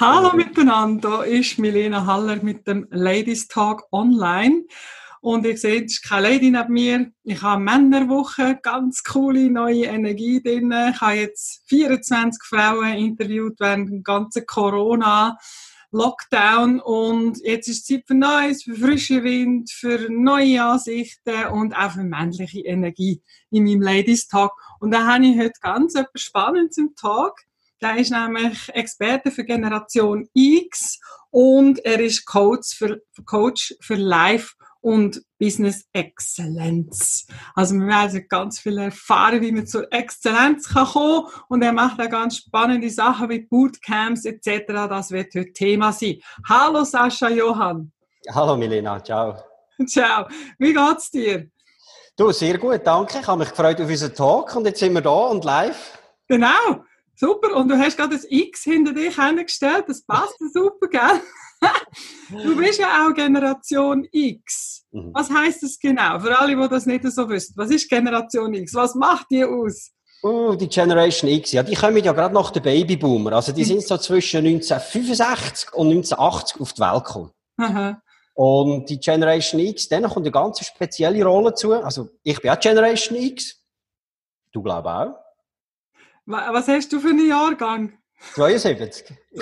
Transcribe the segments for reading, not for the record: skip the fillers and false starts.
Hallo miteinander, hier ist Milena Haller mit dem Ladies Talk Online. Und ihr seht, es ist keine Lady neben mir. Ich habe eine Männerwoche, ganz coole neue Energie drin. Ich habe jetzt 24 Frauen interviewt während dem ganzen Corona-Lockdown. Und jetzt ist Zeit für Neues, für frischen Wind, für neue Ansichten und auch für männliche Energie in meinem Ladies Talk. Und da habe ich heute ganz etwas Spannendes im Talk. Der ist nämlich Experte für Generation X und er ist Coach für Life und Business Excellence. Also wir werden ganz viel erfahren, wie man zur Exzellenz kommen kann. Und er macht auch ganz spannende Sachen wie Bootcamps etc. Das wird heute Thema sein. Hallo Sascha Johann. Hallo Milena, ciao. Ciao. Wie geht's dir? Du, sehr gut, danke. Ich habe mich gefreut auf unseren Talk und jetzt sind wir da und live. Genau. Super, und du hast gerade das X hinter dich hingestellt, das passt super, gell? Du bist ja auch Generation X. Was heisst das genau? Für alle, die das nicht so wissen. Was ist Generation X? Was macht die aus? Die Generation X, ja, die kommen ja gerade nach den Babyboomer. Also die sind so zwischen 1965 und 1980 auf die Welt gekommen. Aha. Und die Generation X, dann kommt eine ganz spezielle Rolle zu. Also ich bin auch Generation X. Du glaubst auch. Was hast du für einen Jahrgang? 72. Ich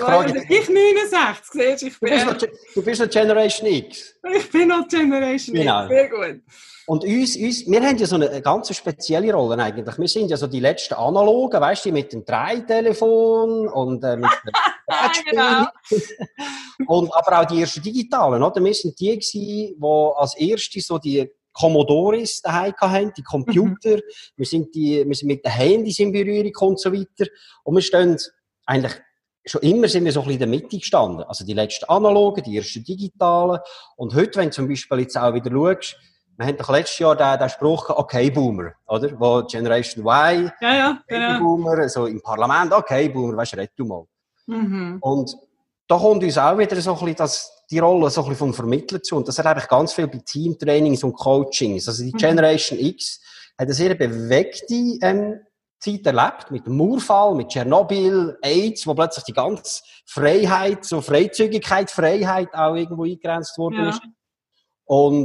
69, siehst du, ich bin du bist noch Generation X. Ich bin noch Generation genau. X, sehr gut. Und wir haben ja so eine ganz spezielle Rolle eigentlich. Wir sind ja so die letzten Analogen, weißt du, mit dem Dreitelefon und mit dem genau. Und aber auch die ersten digitalen, oder? Wir sind die gewesen, die als erste so die Commodores daheim hatten, die Computer. Wir sind mit den Handys in Berührung und so weiter. Und wir stehen eigentlich schon immer sind wir so ein bisschen in der Mitte gestanden. Also die letzten analogen, die ersten digitalen. Und heute, wenn du zum Beispiel jetzt auch wieder schaust, wir haben doch letztes Jahr den Spruch gehabt, okay, Boomer, oder? Wo Generation Y, ja, genau. Boomer, so im Parlament, okay, Boomer, weißt du, red du mal. Und da kommt uns auch wieder so ein bisschen die Rolle so ein bisschen vom Vermittler zu. Und das hat eigentlich ganz viel bei Teamtrainings und Coachings. Also die Generation X hat eine sehr bewegte Zeit erlebt, mit dem Mauerfall, mit Tschernobyl, AIDS, wo plötzlich die ganze Freiheit, so Freizügigkeit, Freiheit auch irgendwo eingegrenzt worden ist. Und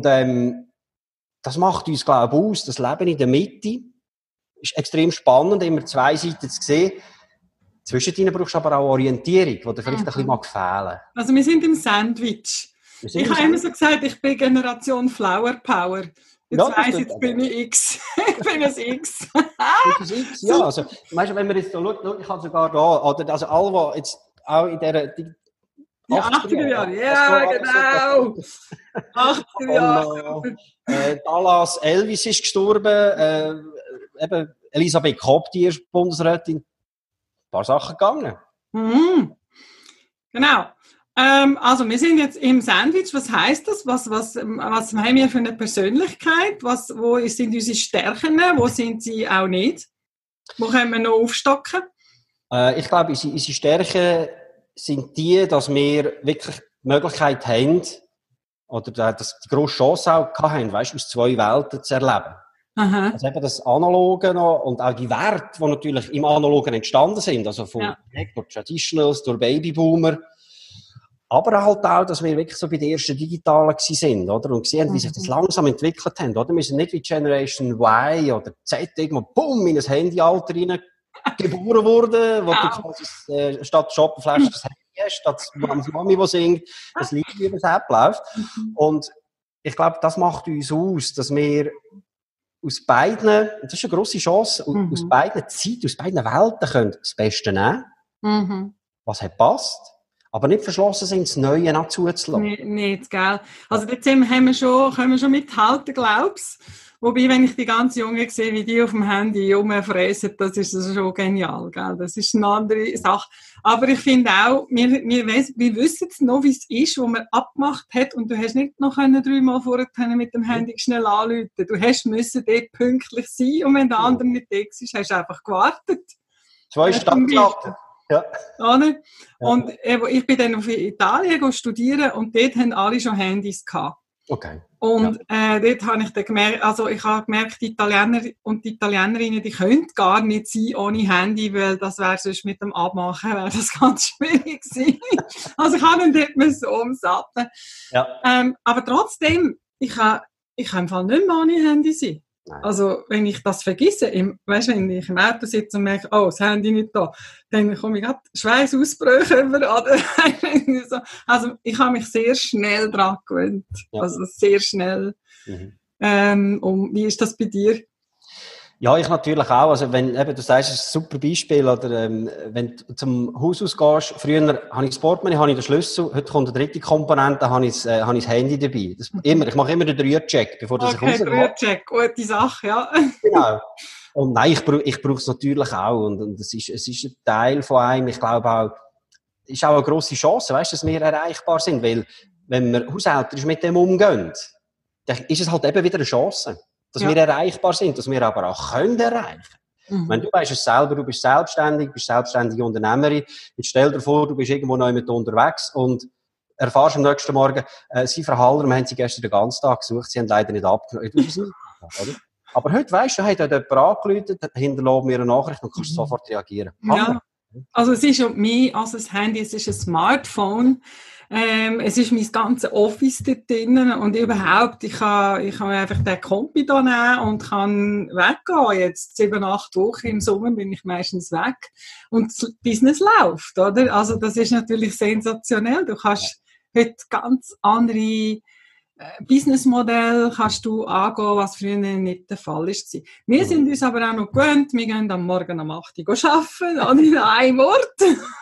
das macht uns, glaube ich, aus. Das Leben in der Mitte ist extrem spannend, immer zwei Seiten zu sehen. Zwischendrin brauchst du aber auch Orientierung, die dir vielleicht ein bisschen fehlen mag. Also wir sind im Sandwich. Ich habe immer so gesagt, ich bin Generation Flower Power. Jetzt weiss jetzt bin ich X. Ich bin ein X. X, ja. Also, weißt du, wenn wir jetzt da schauen, ich habe sogar da, oder, also alle, die jetzt auch in dieser... Die 80er Jahre, ja, genau. 80er Jahre. Dallas Elvis ist gestorben, eben Elisabeth Kopp, die erste Bundesrätin. Ein paar Sachen gegangen. Genau. Also wir sind jetzt im Sandwich. Was heisst das? Was haben wir für eine Persönlichkeit? Wo sind unsere Stärken? Wo sind sie auch nicht? Wo können wir noch aufstocken? Ich glaube, unsere Stärken sind die, dass wir wirklich die Möglichkeit haben, oder dass die grosse Chance auch haben, weißt, aus zwei Welten zu erleben. Aha. Also eben das Analoge noch und auch die Werte, die natürlich im Analogen entstanden sind, also von durch Traditionals, durch Babyboomer. Aber halt auch, dass wir wirklich so bei den ersten Digitalen sind, oder? Und gesehen, wie sich das langsam entwickelt haben, oder? Wir sind nicht wie Generation Y oder Z irgendwo, bumm, in ein Handyalter rein geboren worden, wo du quasi statt Shoppenflash das Handy hast, statt Mami, die singt, das Lied über das App läuft. Und ich glaube, das macht uns aus, dass wir aus beiden, das ist eine grosse Chance, aus beiden Zeiten, aus beiden Welten können das Beste nehmen, was hat passt. Aber nicht verschlossen sind, das Neue noch zuzulassen. Nicht, gell. Also dort können wir schon mithalten, glaubst du? Wobei, wenn ich die ganz Jungen sehe, wie die auf dem Handy rumfräsen, das ist schon genial, gell. Das ist eine andere Sache. Aber ich finde auch, wir wissen jetzt noch, wie es ist, wo man abgemacht hat und du hast nicht noch 3-mal vorher mit dem Handy schnell anrufen. Du müssen dort pünktlich sein und wenn der andere nicht da ist, hast du einfach gewartet. 2 Stunden gewartet. Ja. Und ich bin dann auf Italien studieren und dort haben alle schon Handys gehabt. Okay. Und dort habe ich dann gemerkt, die Italiener und die Italienerinnen, die können gar nicht sein ohne Handy, weil das wäre sonst mit dem Abmachen wäre das ganz schwierig gewesen. Also ich habe ihn dort so umsatteln. Ja. Aber trotzdem, ich kann im Fall nicht mehr ohne Handy sein. Nein. Also, wenn ich das vergesse, wenn ich im Auto sitze und merke, oh, das Handy nicht da, dann komme ich gerade Schweißausbrüche über. Also, ich habe mich sehr schnell daran gewöhnt. Ja. Also, sehr schnell. Und wie ist das bei dir? Ja, ich natürlich auch. Also, wenn eben, du sagst, es ist ein super Beispiel, oder, wenn du zum Haus ausgehst, früher habe ich das Portemonnaie, habe ich den Schlüssel, heute kommt eine dritte Komponente, habe ich das Handy dabei. Ich mache immer den 3er-Check, bevor ich rausgehe. 3er-Check, gute Sache, ja. Genau. Und nein, ich brauche es natürlich auch. Und es ist ein Teil von einem. Ich glaube auch, es ist auch eine grosse Chance, weißt, dass wir erreichbar sind. Weil, wenn wir haushälterisch mit dem umgehen, dann ist es halt eben wieder eine Chance. Dass wir erreichbar sind, dass wir aber auch können erreichen. Wenn du weißt es selber, du bist selbstständige Unternehmerin. Jetzt stell dir vor, du bist irgendwo neu mit unterwegs und erfahrst am nächsten Morgen, Sie, Frau Haller, wir haben Sie gestern den ganzen Tag gesucht, Sie haben leider nicht abgenommen. Aber heute weisst du, hat jemand angerufen, hinterlässt mir eine Nachricht und kannst sofort reagieren. Ja. Also es ist mehr als ein Handy, es ist ein Smartphone. Es ist mein ganzes Office dort drinnen und überhaupt, ich kann einfach den Kompi da nehmen und kann weggehen. Jetzt 7-8 Wochen im Sommer bin ich meistens weg und das Business läuft, oder? Also das ist natürlich sensationell. Du kannst heute ganz andere Businessmodell kannst du angehen, was früher nicht der Fall ist. Wir sind uns aber auch noch gewöhnt, wir gehen am Morgen um 8 Uhr arbeiten, an einem Ort.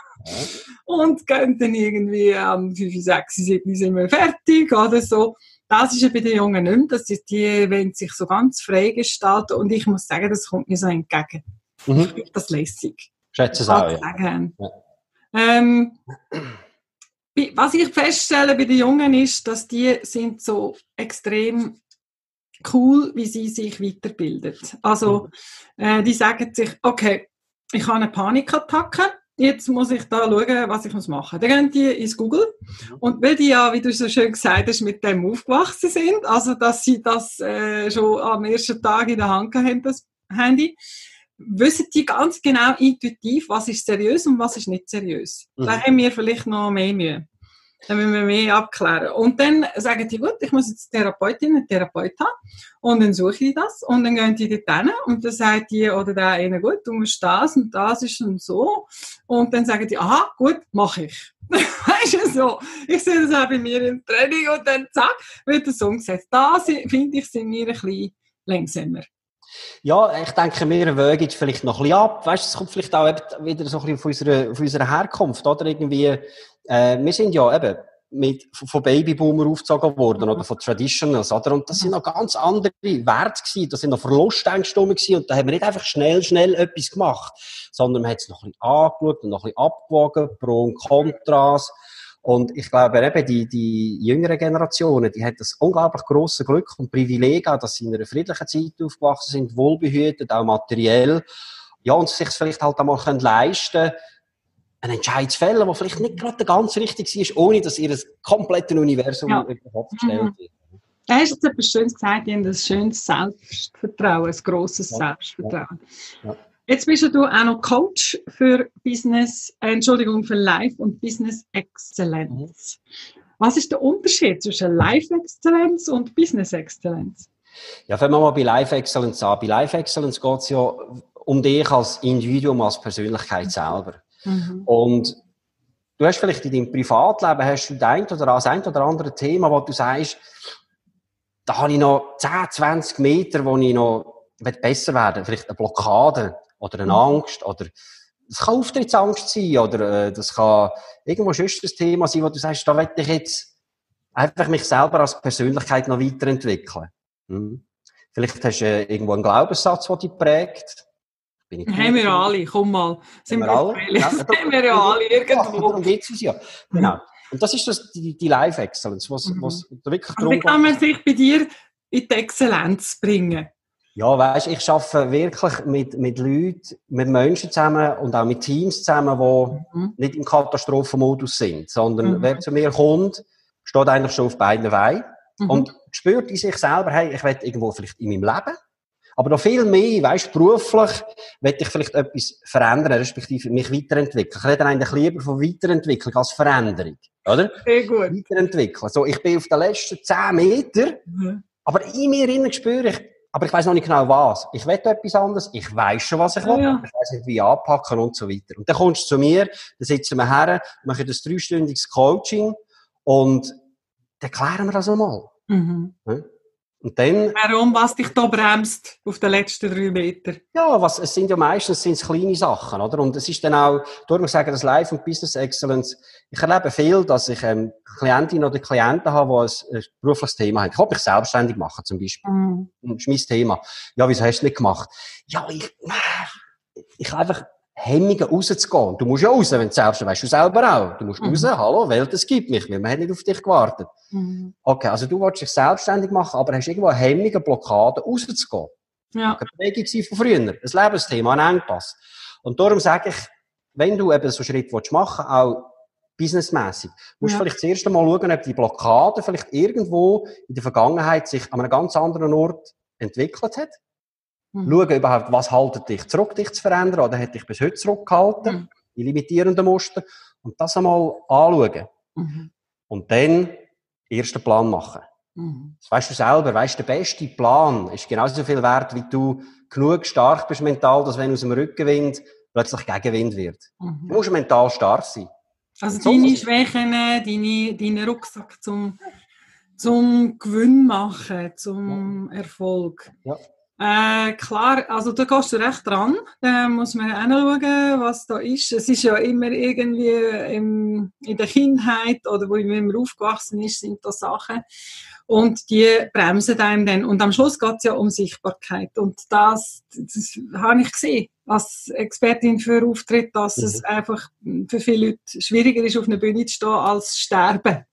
Und gehen dann irgendwie am 5, 6, 7 sind wir fertig oder so. Das ist ja bei den Jungen nicht mehr. Das ist die, wenn sich so ganz frei gestalten. Und ich muss sagen, das kommt mir so entgegen. Ich finde das lässig. Schätze es auch, ja. Was ich feststelle bei den Jungen ist, dass die sind so extrem cool, wie sie sich weiterbilden. Also, die sagen sich, okay, ich habe eine Panikattacke. Jetzt muss ich da schauen, was ich machen muss. Dann gehen die ins Google. Und weil die ja, wie du so schön gesagt hast, mit dem aufgewachsen sind, also dass sie das schon am ersten Tag in der Hand haben, das Handy, wissen die ganz genau intuitiv, was ist seriös und was ist nicht seriös. Da haben wir vielleicht noch mehr Mühe. Dann müssen wir mehr abklären. Und dann sagen die, gut, ich muss jetzt Therapeutin, einen Therapeut haben. Und dann suche ich das. Und dann gehen die dort hin. Und dann sagt die oder der eine, gut, du musst das und das ist und so. Und dann sagen die, aha, gut, mache ich. Weißt du, so. Ich sehe das auch bei mir im Training. Und dann, zack, wird das umgesetzt. Da, finde ich, sind wir ein bisschen langsamer. Ja, ich denke, wir wägen vielleicht noch ein bisschen ab. Weißt du, es kommt vielleicht auch wieder so ein bisschen auf unserer Herkunft, oder? Irgendwie, wir sind ja eben von Babyboomer aufgezogen worden, oder von Traditionals, oder? Und das sind noch ganz andere Werte gewesen. Das sind noch Verlustängste gewesen. Und da haben wir nicht einfach schnell etwas gemacht, sondern man hat es noch ein bisschen angeschaut und noch ein bisschen abgewogen, Pro und Kontras. Und ich glaube eben, die jüngeren Generationen, die haben das unglaublich grosse Glück und Privileg auch, dass sie in einer friedlichen Zeit aufgewachsen sind, wohlbehütet, auch materiell. Ja, und sich vielleicht halt einmal leisten können, einen Entscheid zu fällen, der vielleicht nicht gerade ganz richtig war, ohne dass ihr komplettes Universum über den Kopf gestellt wird. Du hast jetzt etwas Schönes gesagt, die haben ein schönes Selbstvertrauen, ein grosses Selbstvertrauen. Ja. Jetzt bist du auch noch Coach für für Life und Business Excellence. Was ist der Unterschied zwischen Life Excellence und Business Excellence? Ja, fangen wir mal bei Life Excellence an. Bei Life Excellence geht es ja um dich als Individuum, als Persönlichkeit selber. Und du hast vielleicht in deinem Privatleben das ein oder andere Thema, wo du sagst, da habe ich noch 10, 20 Meter, wo ich noch besser werden will. Vielleicht eine Blockade oder eine Angst. Oder das kann Auftrittsangst sein. Oder das kann irgendwo sonst ein Thema sein, wo du sagst, da will ich jetzt einfach mich selber als Persönlichkeit noch weiterentwickeln. Vielleicht hast du irgendwo einen Glaubenssatz, der dich prägt. Haben wir alle, komm mal. Sind wir alle? Ja, haben wir ja alle irgendwo. Darum geht es ja. Genau. Und das ist die Life Excellence, was wirklich darum geht. Wie kann man sich bei dir in die Exzellenz bringen? Ja, weisst, ich arbeite wirklich mit Leuten, mit Menschen zusammen und auch mit Teams zusammen, die nicht im Katastrophenmodus sind, sondern wer zu mir kommt, steht eigentlich schon auf beiden Beinen. Und spürt in sich selber, hey, ich will irgendwo vielleicht in meinem Leben, aber noch viel mehr, weisst, beruflich, will ich vielleicht etwas verändern, respektive mich weiterentwickeln. Ich rede eigentlich lieber von Weiterentwicklung als Veränderung, oder? Sehr gut. Weiterentwickeln. So, ich bin auf den letzten 10 Metern, aber in mir innen spüre ich, aber ich weiss noch nicht genau was. Ich will etwas anderes, ich weiss schon, was ich will, ich weiss nicht, wie anpacken und so weiter. Und dann kommst du zu mir, dann sitzen wir her, machen das 3-stündiges Coaching und dann klären wir das einmal. Und dann, warum, was dich da bremst auf den letzten 3 Metern? Ja, es sind ja meistens kleine Sachen, oder? Und es ist dann auch, durch ich sagen, das Life und Business Excellence, ich erlebe viel, dass ich Klientinnen oder Klienten habe, die ein berufliches Thema haben. Ich habe mich selbstständig machen, zum Beispiel. Das ist mein Thema. Ja, wieso hast du nicht gemacht? Ja, ich habe einfach Hemmungen rauszugehen. Du musst ja raus, wenn du selbst weißt, du selber auch. Du musst raus, hallo, Welt, es gibt mich, weil man hat nicht auf dich gewartet. Okay, also du willst dich selbstständig machen, aber hast irgendwo Hemmungen, Blockaden, rauszugehen. Ja. Eine Prägung von früher, ein Lebensthema, ein Engpass. Und darum sage ich, wenn du eben so Schritt machen willst, auch businessmässig, musst du vielleicht das erste Mal schauen, ob die Blockade vielleicht irgendwo in der Vergangenheit sich an einem ganz anderen Ort entwickelt hat. Schauen überhaupt, was haltet dich zurück, dich zu verändern, oder hat dich bis heute zurückgehalten, in limitierenden Muster, und das einmal anschauen. Und dann ersten Plan machen. Das weisst du selber, weisst, der beste Plan ist genauso viel wert, wie du genug stark bist mental, dass wenn aus dem Rückenwind plötzlich Gegenwind wird. Du musst mental stark sein. Also deine Schwächen, deinen Rucksack zum Gewinn machen, zum Erfolg. Ja. Klar, also da gehst du recht dran. Da muss man auch noch schauen, was da ist. Es ist ja immer irgendwie in der Kindheit oder wo man aufgewachsen ist, sind da Sachen. Und die bremsen einem dann. Und am Schluss geht es ja um Sichtbarkeit. Und das habe ich gesehen als Expertin für Auftritt, dass es einfach für viele Leute schwieriger ist, auf einer Bühne zu stehen, als sterben.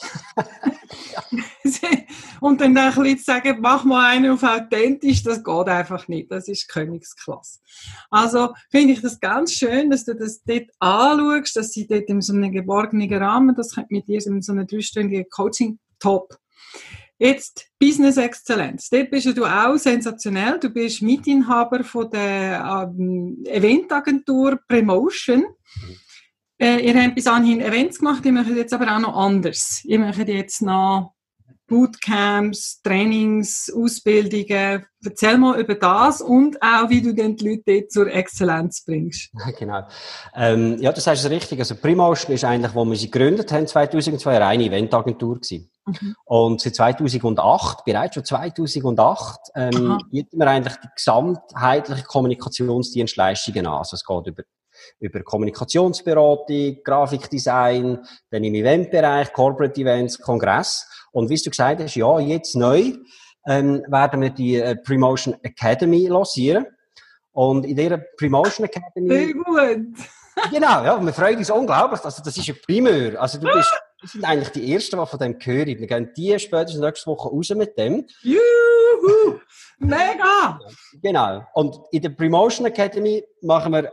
Und dann ein bisschen zu sagen, mach mal einen auf authentisch, das geht einfach nicht. Das ist Königsklasse. Also finde ich das ganz schön, dass du das dort anschaust, dass sie dort in so einem geborgenen Rahmen, das kommt mit dir in so einem 3-stündigen Coaching top. Jetzt Business Excellence. Dort bist du auch sensationell. Du bist Mitinhaber von der Eventagentur Promotion. Ihr habt bis anhin Events gemacht, ihr macht jetzt aber auch noch anders. Ihr macht jetzt noch Bootcamps, Trainings, Ausbildungen. Erzähl mal über das und auch, wie du dann die Leute dort zur Exzellenz bringst. Genau. Ja, das heißt richtig. Also Promotion ist eigentlich, wo wir sie gegründet haben, 2002, eine reine Eventagentur gewesen. Und seit 2008, bereits schon 2008, bieten wir eigentlich die gesamtheitliche Kommunikationsdienstleistungen an. Also es geht über Kommunikationsberatung, Grafikdesign, dann im Eventbereich, Corporate Events, Kongress. Und wie du gesagt hast, ja, jetzt neu werden wir die Promotion Academy lancieren. Und in dieser Promotion Academy... Sehr gut! Genau, ja, wir freuen uns unglaublich. Also das ist ein Primeur. Also wir sind eigentlich die Ersten, die von dem hören. Wir gehen spätestens nächste Woche raus mit dem. Juhu! Mega! Genau. Und in der Promotion Academy machen wir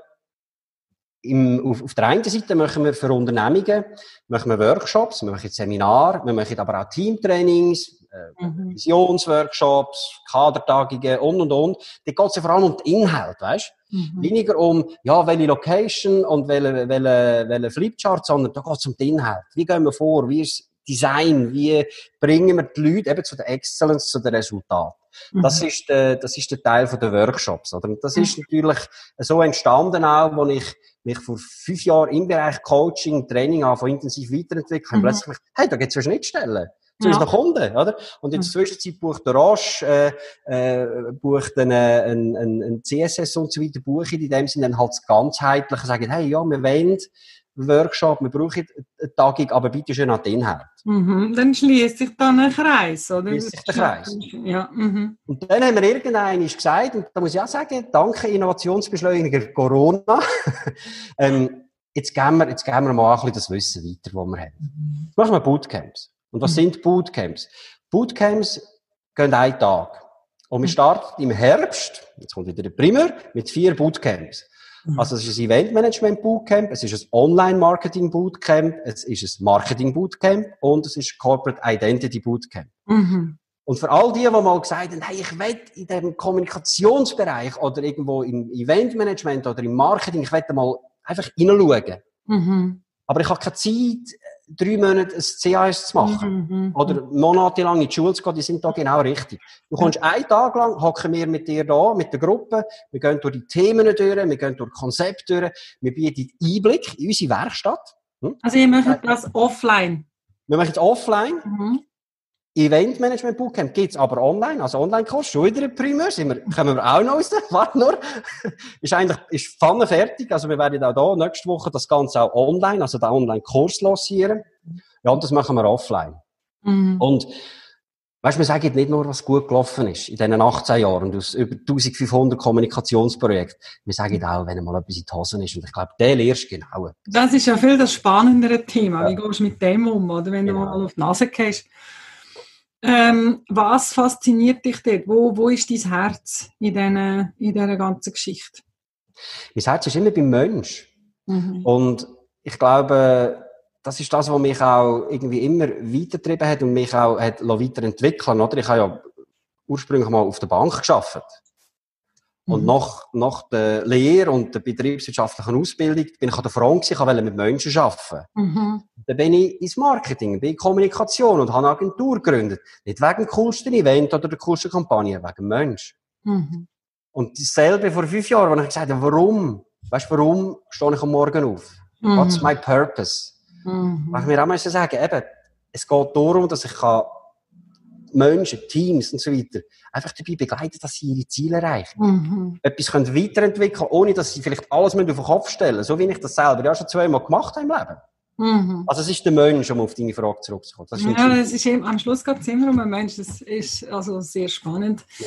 auf der einen Seite machen wir für Unternehmungen Workshops, wir machen Seminare, wir machen aber auch Teamtrainings, Visionsworkshops, Kadertagungen und. Da geht es ja vor allem um den Inhalt, weißt? Weniger um, ja, welche Location und welche Flipchart, sondern da geht es um den Inhalt. Wie gehen wir vor? Wie ist Design? Wie bringen wir die Leute eben zu der Excellence, zu den Resultaten? Das ist der Teil der Workshops, oder? Und das ist natürlich so entstanden auch, wo ich mich vor 5 Jahren im Bereich Coaching, Training von intensiv weiterentwickelt, plötzlich, hey, da gibt's ja Schnittstellen zu unseren Kunden, oder? Und in der Zwischenzeit bucht der Roche, bucht ein CSS und so weiter, buche ich in dem Sinne dann halt das Ganzheitliche, sagen, hey, ja, wir wollen Workshop, wir brauchen eine Tagung, aber bitte schön an den Inhalt. Dann schließt sich dann ein Kreis, oder? Schließt sich der Kreis. Ja. Und dann haben wir irgendwann gesagt, und da muss ich auch sagen, danke Innovationsbeschleuniger Corona, jetzt geben wir mal ein bisschen das Wissen weiter, das wir haben. Machen wir Bootcamps. Und was sind Bootcamps? Bootcamps gehen einen Tag. Und wir starten im Herbst, jetzt kommt wieder der Primär, mit 4 Bootcamps. Also es ist ein Event-Management-Bootcamp, es ist ein Online-Marketing-Bootcamp, es ist ein Marketing-Bootcamp und es ist ein Corporate Identity-Bootcamp. Mhm. Und für all die mal gesagt haben, hey, ich will in dem Kommunikationsbereich oder irgendwo im Eventmanagement oder im Marketing, ich will mal einfach hineinschauen. Mhm. Aber ich habe keine Zeit, 3 Monate ein CAS zu machen. Mhm. Oder monatelang in die Schule zu gehen, die sind da genau richtig. Du kommst einen Tag lang, hocken wir mit dir da, mit der Gruppe, wir gehen durch die Themen durch, wir gehen durch Konzepte durch, wir bieten Einblick in unsere Werkstatt. Also ihr macht das offline? Wir machen es offline. Mhm. Eventmanagement Bootcamp gibt's aber online, also Online-Kurs, schon wieder ein Primär, kommen wir auch noch raus, warte nur. ist Pfanne fertig, also wir werden auch da nächste Woche das Ganze auch online, also den Online-Kurs lancieren. Ja, und das machen wir offline. Mhm. Und, weißt du, wir sagen nicht nur, was gut gelaufen ist in diesen 18 Jahren und aus über 1500 Kommunikationsprojekten. Wir sagen auch, wenn mal etwas in die Hosen ist. Und ich glaube, der lernst genau. Das ist ja viel das spannendere Thema. Ja. Wie gehst du mit dem um, oder? Wenn Genau. du mal auf die Nase gehst. Was fasziniert dich dort? Wo ist dein Herz in dieser ganzen Geschichte? Mein Herz ist immer beim Mensch. Mhm. Und ich glaube, das ist das, was mich auch irgendwie immer weitergetrieben hat und mich auch hat weiterentwickeln. Oder? Ich habe ja ursprünglich mal auf der Bank gearbeitet. Und nach der Lehre und der betriebswirtschaftlichen Ausbildung bin ich an der Front gewesen, ich wollte mit Menschen arbeiten. Mhm. Dann bin ich ins Marketing, bin in Kommunikation und habe eine Agentur gegründet. Nicht wegen dem coolsten Event oder der coolsten Kampagne, wegen dem Menschen. Mhm. Und dasselbe vor 5 Jahren, als ich gesagt habe, warum? Weißt du, warum stehe ich am Morgen auf? Mhm. What's my purpose? Mhm. Ich mir auch mal sagen, eben, es geht darum, dass ich Menschen, Teams und so weiter einfach dabei begleiten, dass sie ihre Ziele erreichen. Mhm. Etwas können weiterentwickeln, ohne dass sie vielleicht alles auf den Kopf stellen müssen. So wie ich das selber ja schon 2-mal gemacht habe im Leben. Mhm. Also es ist der Mensch, um auf deine Frage zurückzukommen. Das ist Es ist eben, am Schluss geht es immer um einen Mensch. Das ist also sehr spannend. Ja.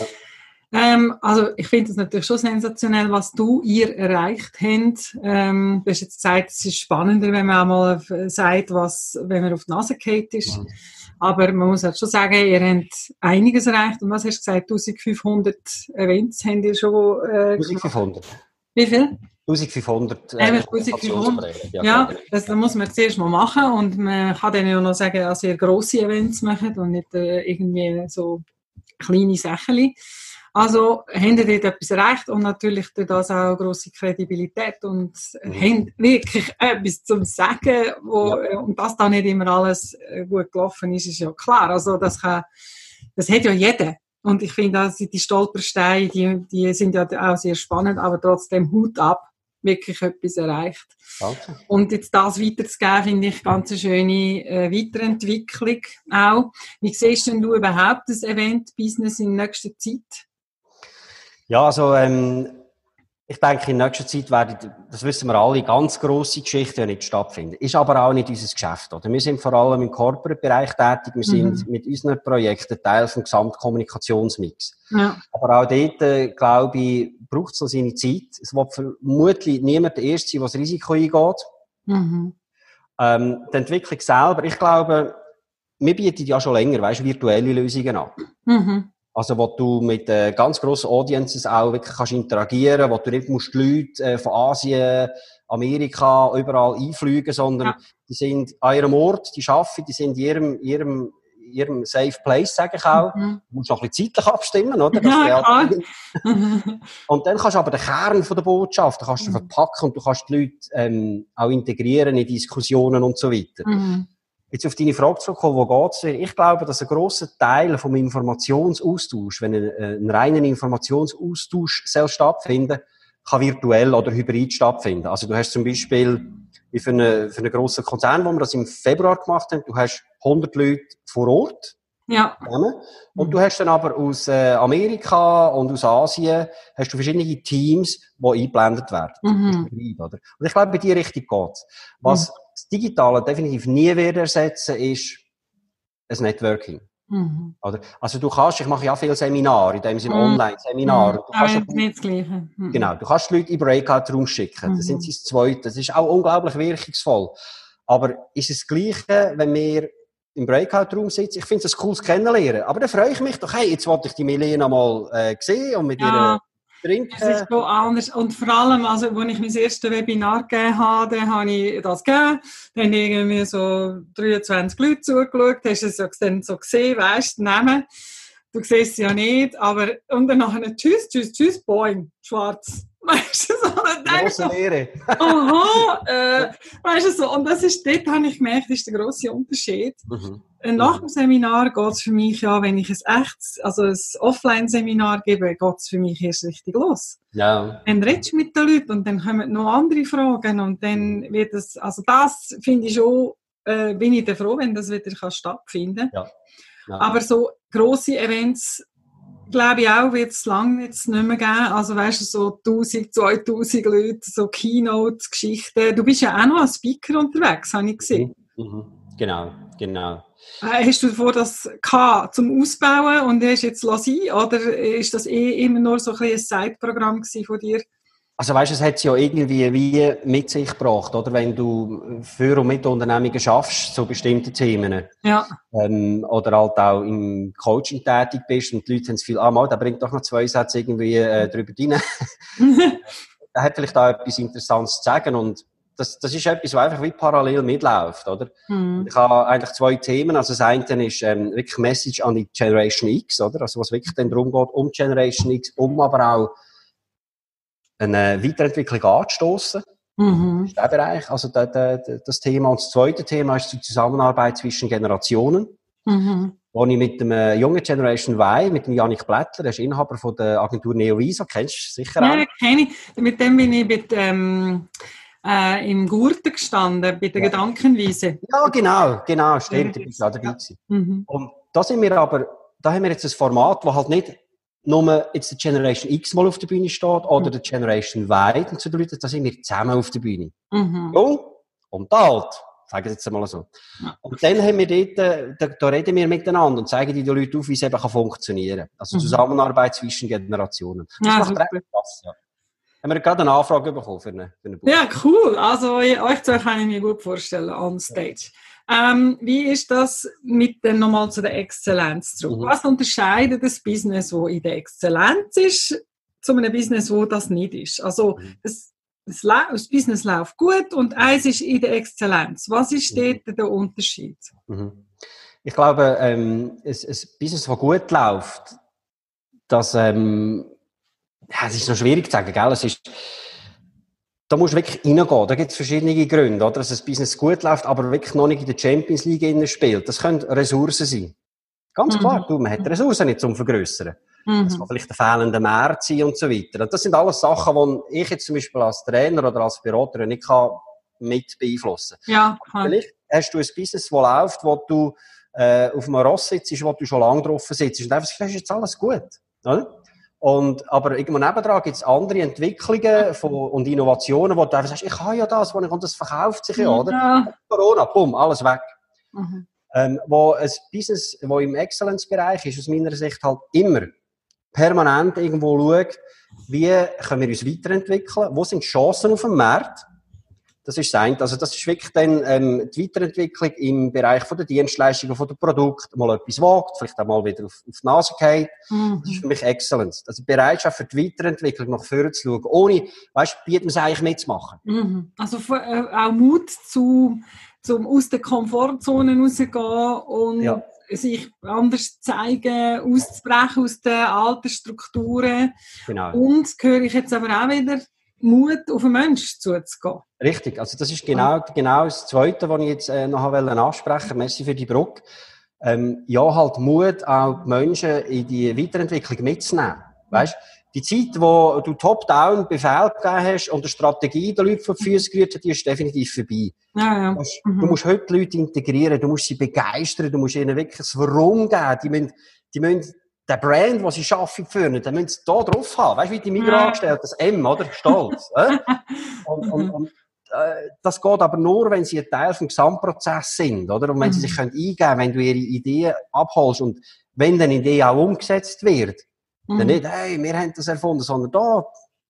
Also ich finde es natürlich schon sensationell, was ihr erreicht habt. Du hast jetzt gesagt, es ist spannender, wenn man auch mal sagt, wenn man auf die Nase gefallen ist. Mhm. Aber man muss halt schon sagen, ihr habt einiges erreicht. Und was hast du gesagt? 1500 Events habt ihr schon 1500. Wie viel? 1500. 1500. Ja, das muss man zuerst mal machen. Und man kann dann ja noch sagen, dass ihr grosse Events macht und nicht irgendwie so kleine Sachen. Also, haben ihr dort etwas erreicht und natürlich durch das auch grosse Kredibilität und haben wirklich etwas zum Sagen, und dass da nicht immer alles gut gelaufen ist, ist ja klar. Also, das hat ja jeder. Und ich finde, also die Stolpersteine, die sind ja auch sehr spannend, aber trotzdem Hut ab, wirklich etwas erreicht. Danke. Und jetzt das weiterzugeben, finde ich ganz eine schöne Weiterentwicklung auch. Wie siehst denn du überhaupt das Event-Business in nächster Zeit? Ja, also ich denke, in nächster Zeit werden, das wissen wir alle, ganz grosse Geschichten nicht stattfinden. Ist aber auch nicht unser Geschäft. Oder? Wir sind vor allem im Corporate-Bereich tätig. Wir sind mit unseren Projekten Teil vom Gesamtkommunikationsmix. Ja. Aber auch dort, glaube ich, braucht es noch seine Zeit. Es wird vermutlich niemand der Erste sein, der das Risiko eingeht. Mhm. Die Entwicklung selber, ich glaube, wir bieten ja schon länger, virtuelle Lösungen an. Mhm. Also, wo du mit ganz grossen Audiences auch wirklich kannst interagieren, wo du nicht musst die Leute von Asien, Amerika, überall einfliegen, sondern die sind an ihrem Ort, die arbeiten, die sind in ihrem Safe Place, sage ich auch. Du musst noch ein bisschen zeitlich abstimmen, oder? Ja, und dann kannst du aber den Kern von der Botschaft, kannst du verpacken und du kannst die Leute auch integrieren in Diskussionen und so weiter. Jetzt auf deine Frage zurückkommen, wo geht's denn? Ich glaube, dass ein grosser Teil vom Informationsaustausch, wenn ein reiner Informationsaustausch soll stattfinden, kann virtuell oder hybrid stattfinden. Also du hast zum Beispiel, wie für einen grossen Konzern, wo wir das im Februar gemacht haben, du hast 100 Leute vor Ort. Ja. Und du hast dann aber aus Amerika und aus Asien hast du verschiedene Teams, die eingeblendet werden. Hybrid, oder? Und ich glaube, bei dir richtig geht's. Was das Digitale definitiv nie wird ersetzen, ist ein Networking. Oder? Also du kannst, ich mache ja viele Seminare, in dem Sinne Online-Seminare. Aber nicht das Gleiche. Genau, du kannst die Leute in Breakout-Raum schicken. Das sind sie das Zweite. Das ist auch unglaublich wirkungsvoll. Aber ist es das Gleiche, wenn wir im Breakout-Raum sitzen? Ich finde es ein cooles Kennenlernen. Aber dann freue ich mich doch, hey, jetzt wollte ich die Milena mal sehen und mit ihr Trinken. Es ist so anders. Und vor allem, also, als ich mein erstes Webinar gegeben habe, dann habe ich das gegeben. Dann haben irgendwie so 23 Leute zugeschaut. Hast du es dann so gesehen, weißt du, den Namen. Du siehst es ja nicht, aber, und dann nachher tschüss, tschüss, tschüss, boing, schwarz. Weißt du, so, dann denkst du, Lehre. aha, weißt du, so, und dort habe ich gemerkt, das ist der grosse Unterschied. Nach dem Seminar geht es für mich ja, wenn ich ein Offline-Seminar gebe, geht es für mich erst richtig los. Ja. Dann redest du mit den Leuten und dann kommen noch andere Fragen und dann wird es, also das finde ich schon, bin ich dann froh, wenn das wieder stattfinden kann. Ja. Ja. Aber so grosse Events, glaube ich auch, wird es lange jetzt nicht mehr geben. Also weißt du, so 1000, 2000 Leute, so Keynote-Geschichten. Du bist ja auch noch als Speaker unterwegs, habe ich gesehen. Genau. Hast du vor, das zum Ausbauen und hast jetzt lassen? Oder ist das immer nur so ein Side-Programm von dir? Also weißt du, es hat es ja irgendwie wie mit sich gebracht, oder? Wenn du für und mit Unternehmungen schaffst, so bestimmte Themen. Ja. Oder halt auch im Coaching tätig bist und die Leute haben das Gefühl, mal, der bringt doch noch 2 Sätze irgendwie drüber rein. Er hat vielleicht auch etwas Interessantes zu sagen und das ist etwas, was einfach wie parallel mitläuft, oder? Ich habe eigentlich 2 Themen. Also das eine ist wirklich Message an die Generation X, oder? Also was wirklich dann darum geht, um Generation X, aber auch eine Weiterentwicklung anzustossen. Das ist der Bereich, also das Thema. Und das zweite Thema ist die Zusammenarbeit zwischen Generationen. Wo ich mit dem jungen Generation Y, mit dem Janik Blättler, der ist Inhaber von der Agentur Neovisa, kennst du sicher auch? Ja, kenne ich. Mit dem bin ich im Gurten gestanden, bei der Gedankenwiese. Ja, genau, stimmt, du bist auch dabei gewesen. Und da haben wir jetzt ein Format, das halt nicht nur jetzt der Generation X mal auf der Bühne steht oder der Generation Y zu den Leuten, da sind wir zusammen auf der Bühne. Jung und alt, sagen wir jetzt einmal so. Und dann haben wir da reden wir miteinander und zeigen die Leute auf, wie es eben funktionieren kann. Also Zusammenarbeit zwischen Generationen. Das macht recht Spaß, ja. Haben wir gerade eine Anfrage bekommen für eine Buch. Ja, cool. Also euch zwei kann ich mir gut vorstellen on stage. Wie ist das mit nochmal zu der Exzellenz zurück? Was unterscheidet das Business, das in der Exzellenz ist, zu einem Business, wo das nicht ist? Also das Business läuft gut und eins ist in der Exzellenz. Was ist dort der Unterschied? Ich glaube, ein Business, das gut läuft, das es ist noch schwierig zu sagen, gell? Da musst du wirklich reingehen. Da gibt es verschiedene Gründe, oder? Dass ein Business gut läuft, aber wirklich noch nicht in der Champions League spielt. Das können Ressourcen sein. Ganz klar, man hat Ressourcen nicht zum Vergrössern. Das kann vielleicht ein fehlender Markt sein und so weiter. Und das sind alles Sachen, die ich jetzt zum Beispiel als Trainer oder als Berater nicht mit beeinflussen kann. Ja, vielleicht hast du ein Business, das läuft, wo du auf einem Ross sitzt, wo du schon lange drauf sitzt. Und einfach, das ist jetzt alles gut, oder? Aber irgendwo nebendran gibt es andere Entwicklungen und Innovationen, wo du einfach sagst, ich habe ja das, und das verkauft sich ja, oder? Ja. Corona, bumm, alles weg. Wo ein Business, das im Exzellenzbereich ist, aus meiner Sicht halt immer permanent irgendwo schaut, wie können wir uns weiterentwickeln, wo sind die Chancen auf dem Markt. Das ist das eine. Also das ist wirklich dann die Weiterentwicklung im Bereich von der Dienstleistungen, von den Produkten, mal etwas wagt, vielleicht auch mal wieder auf die Nase geht. Das ist für mich Excellence. Also die Bereitschaft für die Weiterentwicklung nach vorne zu schauen, ohne, bieten wir es eigentlich mitzumachen. Also auch Mut zum aus der Komfortzone rauszugehen und sich anders zeigen, auszubrechen aus den alten Strukturen. Genau. Und höre ich jetzt aber auch wieder, Mut auf den Menschen zuzugehen. Richtig, also das ist genau das Zweite, was ich jetzt noch ansprechen wollte. Merci für die Brücke. Halt Mut, auch die Menschen in die Weiterentwicklung mitzunehmen. Weißt, die Zeit, wo du top-down Befehl gegeben hast und eine Strategie den Leuten vor die Füße gerührt hast, die ist definitiv vorbei. Ja. Du musst heute die Leute integrieren, du musst sie begeistern, du musst ihnen wirklich das Warum geben. Die müssen den Brand, den sie schaffen, führen, den müssen sie da drauf haben. Weißt du, wie die Migros angestellt, das M, oder? Stolz. Und das geht aber nur, wenn sie ein Teil vom Gesamtprozess sind, oder? Und wenn sie sich eingeben können, wenn du ihre Ideen abholst und wenn dann Idee auch umgesetzt wird, dann nicht, hey, wir haben das erfunden, sondern da,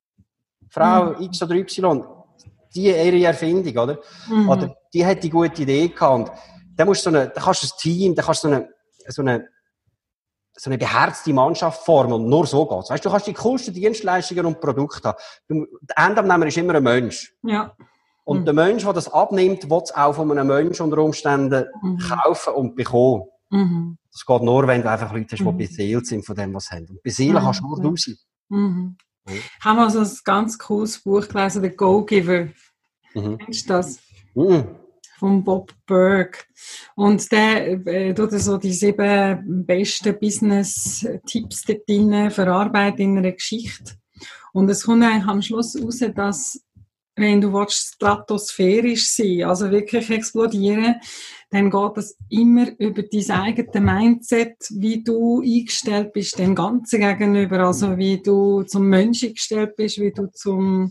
Frau X oder Y, ihre Erfindung, oder? Oder die hat die gute Idee gehabt. Und dann kannst du ein Team, dann kannst du so eine so eine beherzte Mannschaft formen und nur so geht's. Weißt du, kannst die coolsten Dienstleistungen und Produkte haben. Der Endabnehmer ist immer ein Mensch. Ja. Und der Mensch, der das abnimmt, will es auch von einem Menschen unter Umständen kaufen und bekommen. Das geht nur, wenn du einfach Leute hast, die beseelt sind von dem, was sie haben. Und beseelen kannst du nur du sein. Ich habe mal so ein ganz cooles Buch gelesen, «The Go-Giver». Kennst du das? Von Bob Burg. Und der tut so die 7 besten Business-Tipps dort drin verarbeitet in einer Geschichte. Und es kommt eigentlich am Schluss raus, dass wenn du stratosphärisch sein, also wirklich explodieren, dann geht das immer über dein eigenes Mindset, wie du eingestellt bist, dem Ganzen gegenüber, also wie du zum Menschen eingestellt bist, wie du zum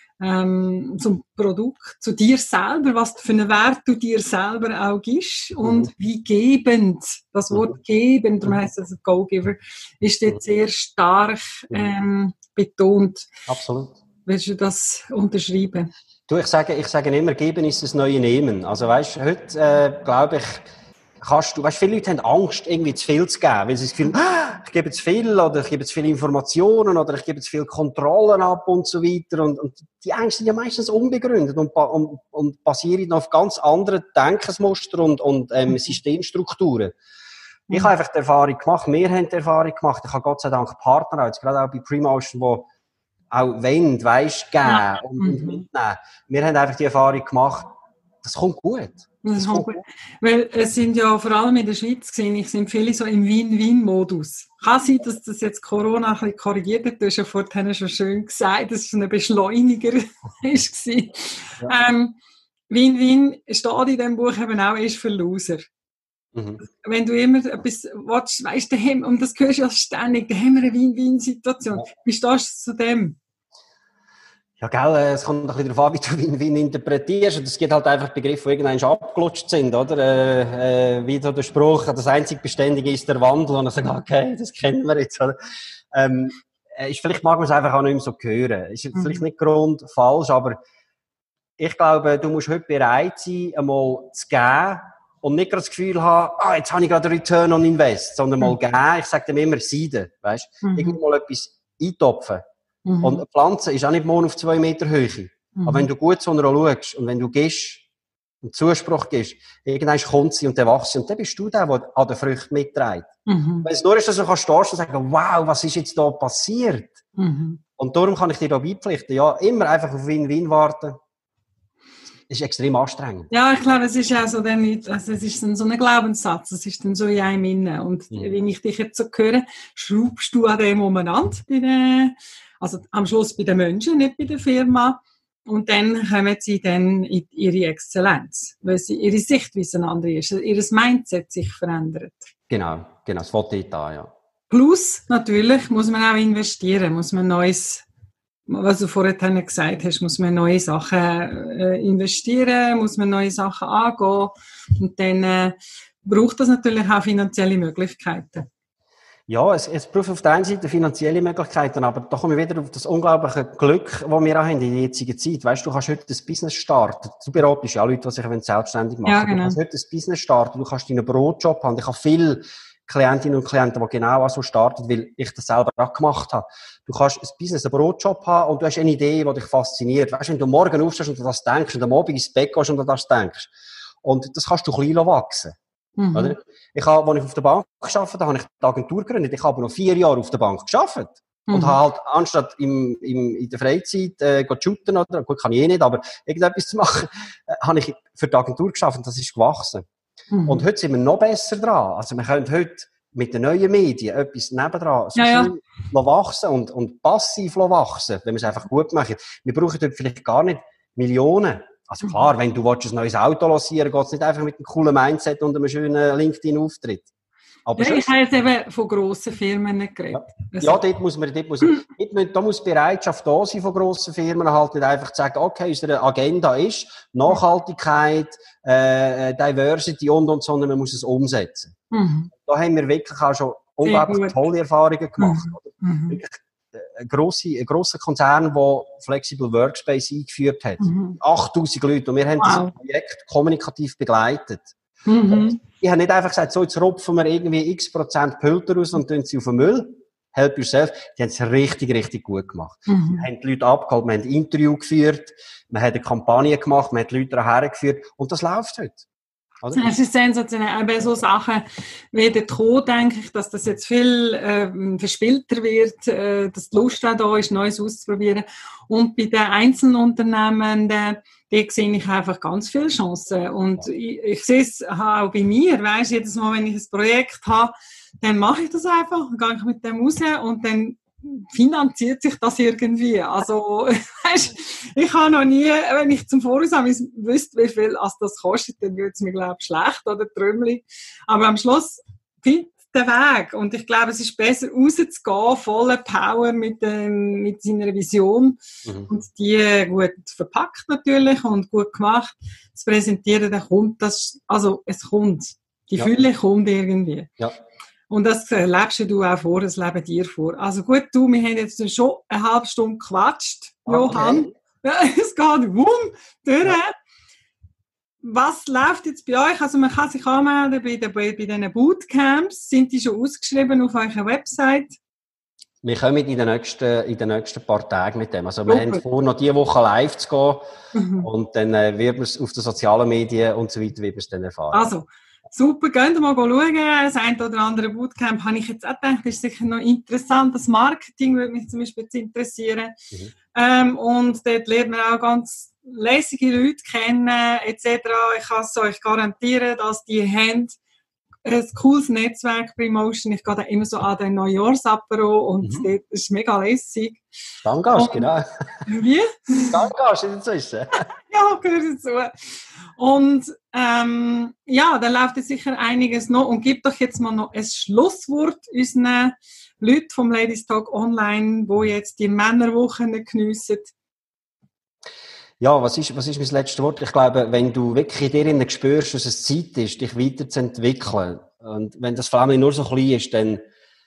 Produkt, zu dir selber, was für einen Wert du dir selber auch gibst und wie gebend, das Wort gebend, darum heisst es Go-Giver, ist dort sehr stark betont. Absolut. Willst du das unterschreiben? Du, ich sage immer, geben ist das neue Nehmen. Also weißt, heute glaube ich, viele Leute haben Angst, irgendwie zu viel zu geben, weil sie das Gefühl haben, ich gebe zu viel, oder ich gebe zu viele Informationen, oder ich gebe zu viele Kontrollen ab und so weiter. Und die Ängste sind ja meistens unbegründet und basieren auf ganz anderen Denkensmustern und Systemstrukturen. Ich habe einfach die Erfahrung gemacht, wir haben die Erfahrung gemacht, ich habe Gott sei Dank Partner, jetzt gerade auch bei Premotion, wo auch geben und mitnehmen. Wir haben einfach die Erfahrung gemacht, das kommt gut. Das kommt gut. Weil es sind ja vor allem in der Schweiz sind viele so im Win-Win-Modus. Kann sein, dass das jetzt Corona ein bisschen korrigiert hat. Du hast ja vorhin schon schön gesagt, dass es ein Beschleuniger war. Ja. Win-Win steht in diesem Buch eben auch ist für Loser. Wenn du immer etwas willst, weisst du, und das hörst du ja ständig, da haben wir eine Win-Win-Situation. Ja. Wie stehst du zu dem? Ja, gell, es kommt ein bisschen darauf an, wie du Win-Win interpretierst. Und es gibt halt einfach Begriffe, die irgendwann abgelutscht sind, oder? Wie so der Spruch, das einzig Beständige ist der Wandel. Und dann sagen, okay, das kennen wir jetzt, oder? Vielleicht mag man es einfach auch nicht mehr so hören. Ist vielleicht nicht grundfalsch, aber ich glaube, du musst heute bereit sein, einmal zu geben, und nicht gerade das Gefühl haben, jetzt habe ich gerade Return on Invest, sondern mal geben. Ich sage dem immer Seiden, weisst? Irgendwo mal etwas eintopfen. Und eine Pflanze ist auch nicht morgen auf 2 Meter Höhe. Aber wenn du gut zu einer schaust und wenn du gehst und Zuspruch gibst, irgendwann kommt sie und dann wächst sie und dann bist du der an der Früchte mitträgt. Wenn es nur ist, dass du stehst und sagen, wow, was ist jetzt da passiert? Und darum kann ich dir da beipflichten, ja, immer einfach auf Win-Win warten. Das ist extrem anstrengend. Ja, ich glaube, es ist auch so, es ist so ein Glaubenssatz, es ist dann so in einem Innen. Und wenn ich dich jetzt so höre, schraubst du an dem umeinander, also am Schluss bei den Menschen, nicht bei der Firma. Und dann kommen sie dann in ihre Exzellenz, weil ihre Sichtweise eine andere ist, ihr Mindset sich verändert. Genau, das fängt dort an, ja. Plus, natürlich, muss man auch investieren, muss man Neues, was du vorher gesagt hast, muss man neue Sachen investieren, muss man neue Sachen angehen und dann braucht das natürlich auch finanzielle Möglichkeiten. Ja, es braucht auf der einen Seite finanzielle Möglichkeiten, aber da kommen wir wieder auf das unglaubliche Glück, das wir auch haben in der jetzigen Zeit. Weißt du, kannst heute ein Business starten. Du beratest ja Leute, die sich selbstständig machen. Ja, genau. Du kannst heute ein Business starten, du kannst deinen Brotjob haben. Ich habe viele Klientinnen und Klienten, die genau so starten, weil ich das selber auch gemacht habe. Du kannst ein Business, einen Brotjob haben und du hast eine Idee, die dich fasziniert. Weißt du, wenn du morgen aufstehst und du das denkst und am Abend ins Bett gehst und du das denkst. Und das kannst du klein wachsen. Oder? Als ich auf der Bank gearbeitet habe, habe ich die Agentur gegründet. Ich habe noch 4 Jahre auf der Bank gearbeitet. Und habe halt, anstatt in der Freizeit zu shooten, oder, gut, kann ich nicht, aber irgendetwas zu machen, habe ich für die Agentur gearbeitet und das ist gewachsen. Und heute sind wir noch besser dran. Also wir können heute mit den neuen Medien etwas nebendran so schön wachsen und passiv wachsen, wenn wir es einfach gut machen. Wir brauchen heute vielleicht gar nicht Millionen. Also klar, wenn du ein neues Auto lancieren willst, geht es nicht einfach mit einem coolen Mindset und einem schönen LinkedIn-Auftritt. Aber ja, ich habe jetzt eben von grossen Firmen nicht geredet. Ja, da muss Bereitschaft da sein von grossen Firmen, halt nicht einfach zu sagen, okay, unsere Agenda ist Nachhaltigkeit, Diversity und, sondern man muss es umsetzen. Da haben wir wirklich auch schon unglaublich tolle Erfahrungen gemacht. Wirklich ein grosser Konzern, der Flexible Workspace eingeführt hat. 8000 Leute. Und wir haben das Projekt kommunikativ begleitet. Ich habe nicht einfach gesagt, so, jetzt rupfen wir irgendwie x% Pülter raus und tun sie auf den Müll. Help yourself. Die haben es richtig, richtig gut gemacht. Wir haben die Leute abgeholt, wir haben ein Interview geführt, wir haben eine Kampagne gemacht, wir haben die Leute daher geführt und das läuft heute. Oder? Es ist sensationell. Aber so Sachen wie der Tod, denke ich, dass das jetzt viel verspielter wird, dass die Lust auch da ist, Neues auszuprobieren. Und bei den Einzelunternehmen, die sehe ich einfach ganz viele Chancen. Und ich sehe es auch bei mir. Weisst, jedes Mal, wenn ich ein Projekt habe, dann mache ich das einfach, dann gehe ich mit dem raus und dann finanziert sich das irgendwie. Also, weißt, ich habe noch nie, wenn ich zum Voraus wüsste, wie viel das kostet, dann würde es mir, glaube ich, schlecht oder trümmelig. Aber am Schluss findet der Weg. Und ich glaube, es ist besser, rauszugehen, voller Power mit seiner Vision. Und die gut verpackt natürlich und gut gemacht zu präsentieren, dann kommt das, also es kommt. Die Fülle kommt irgendwie. Ja. Und das lebst du auch vor, das leben dir vor. Also gut, wir haben jetzt schon eine halbe Stunde gequatscht, Johann. Ja, es geht durch. Ja. Was läuft jetzt bei euch? Also man kann sich anmelden bei diesen Bootcamps. Sind die schon ausgeschrieben auf eurer Website? Wir kommen in den nächsten paar Tagen mit dem. Also wir haben vor, noch diese Woche live zu gehen. Und dann wird man es auf den sozialen Medien und so weiter, wie wir es dann erfahren. Also, super, könnt ihr mal schauen. Das ein oder andere Bootcamp habe ich jetzt auch gedacht, ist sicher noch interessant. Das Marketing würde mich zum Beispiel interessieren. Und dort lernt man auch ganz lässige Leute kennen, etc. Ich kann es euch garantieren, dass die haben ein cooles Netzwerk Promotion. Ich gehe da immer so an den Neujahrsapero und das ist mega lässig. Stammgast, genau. Wie? Stammgast inzwischen. Ja, gehört dazu. Und ja, da läuft jetzt sicher einiges noch. Und gib doch jetzt mal noch ein Schlusswort unseren Leuten vom Ladies Talk Online, die jetzt die Männerwochen geniessen. Ja, was ist mein letztes Wort? Ich glaube, wenn du wirklich in dir innen spürst, dass es Zeit ist, dich weiterzuentwickeln, und wenn das vor allem nur so klein ist, dann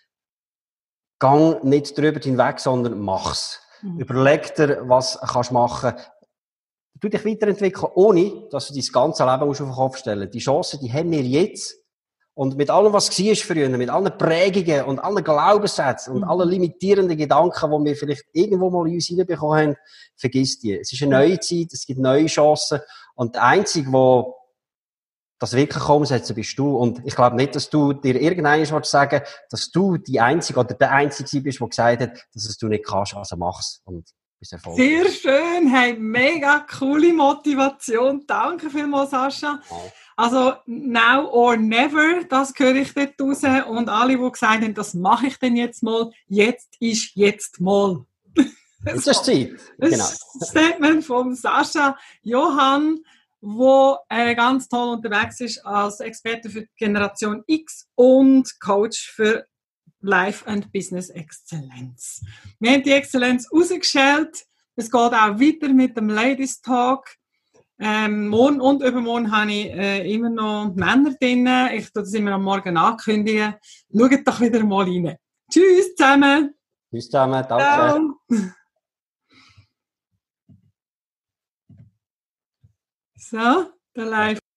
gang nicht drüber hinweg, sondern mach's. Überleg dir, was kannst machen. Du dich weiterentwickeln, ohne dass du dein ganze Leben auf den Kopf stellen musst. Die Chancen, die haben wir jetzt. Und mit allem, was war früher, mit allen Prägungen und allen Glaubenssätzen und allen limitierenden Gedanken, die wir vielleicht irgendwo mal in uns hineinbekommen haben, vergiss die. Es ist eine neue Zeit, es gibt neue Chancen. Und der Einzige, der das wirklich umsetzen, bist du. Und ich glaube nicht, dass du dir irgendeiner sagen, dass du die Einzige oder der Einzige bist, der gesagt hat, dass es du nicht kannst, also mach's. Und sehr schön, hey, mega coole Motivation. Danke vielmals, Sascha. Also, now or never, das höre ich dort raus. Und alle, die gesagt haben, das mache ich denn jetzt mal, jetzt ist jetzt mal. Das ist Zeit. Genau. Das Statement von Sascha Johann, wo ganz toll unterwegs ist als Experte für Generation X und Coach für Life and Business Exzellenz. Wir haben die Exzellenz rausgestellt. Es geht auch weiter mit dem Ladies Talk. Morgen und übermorgen habe ich immer noch Männer drin. Ich tue das immer am Morgen ankündigen. Schaut doch wieder mal rein. Tschüss zusammen. Tschüss zusammen. Danke. So, der Live.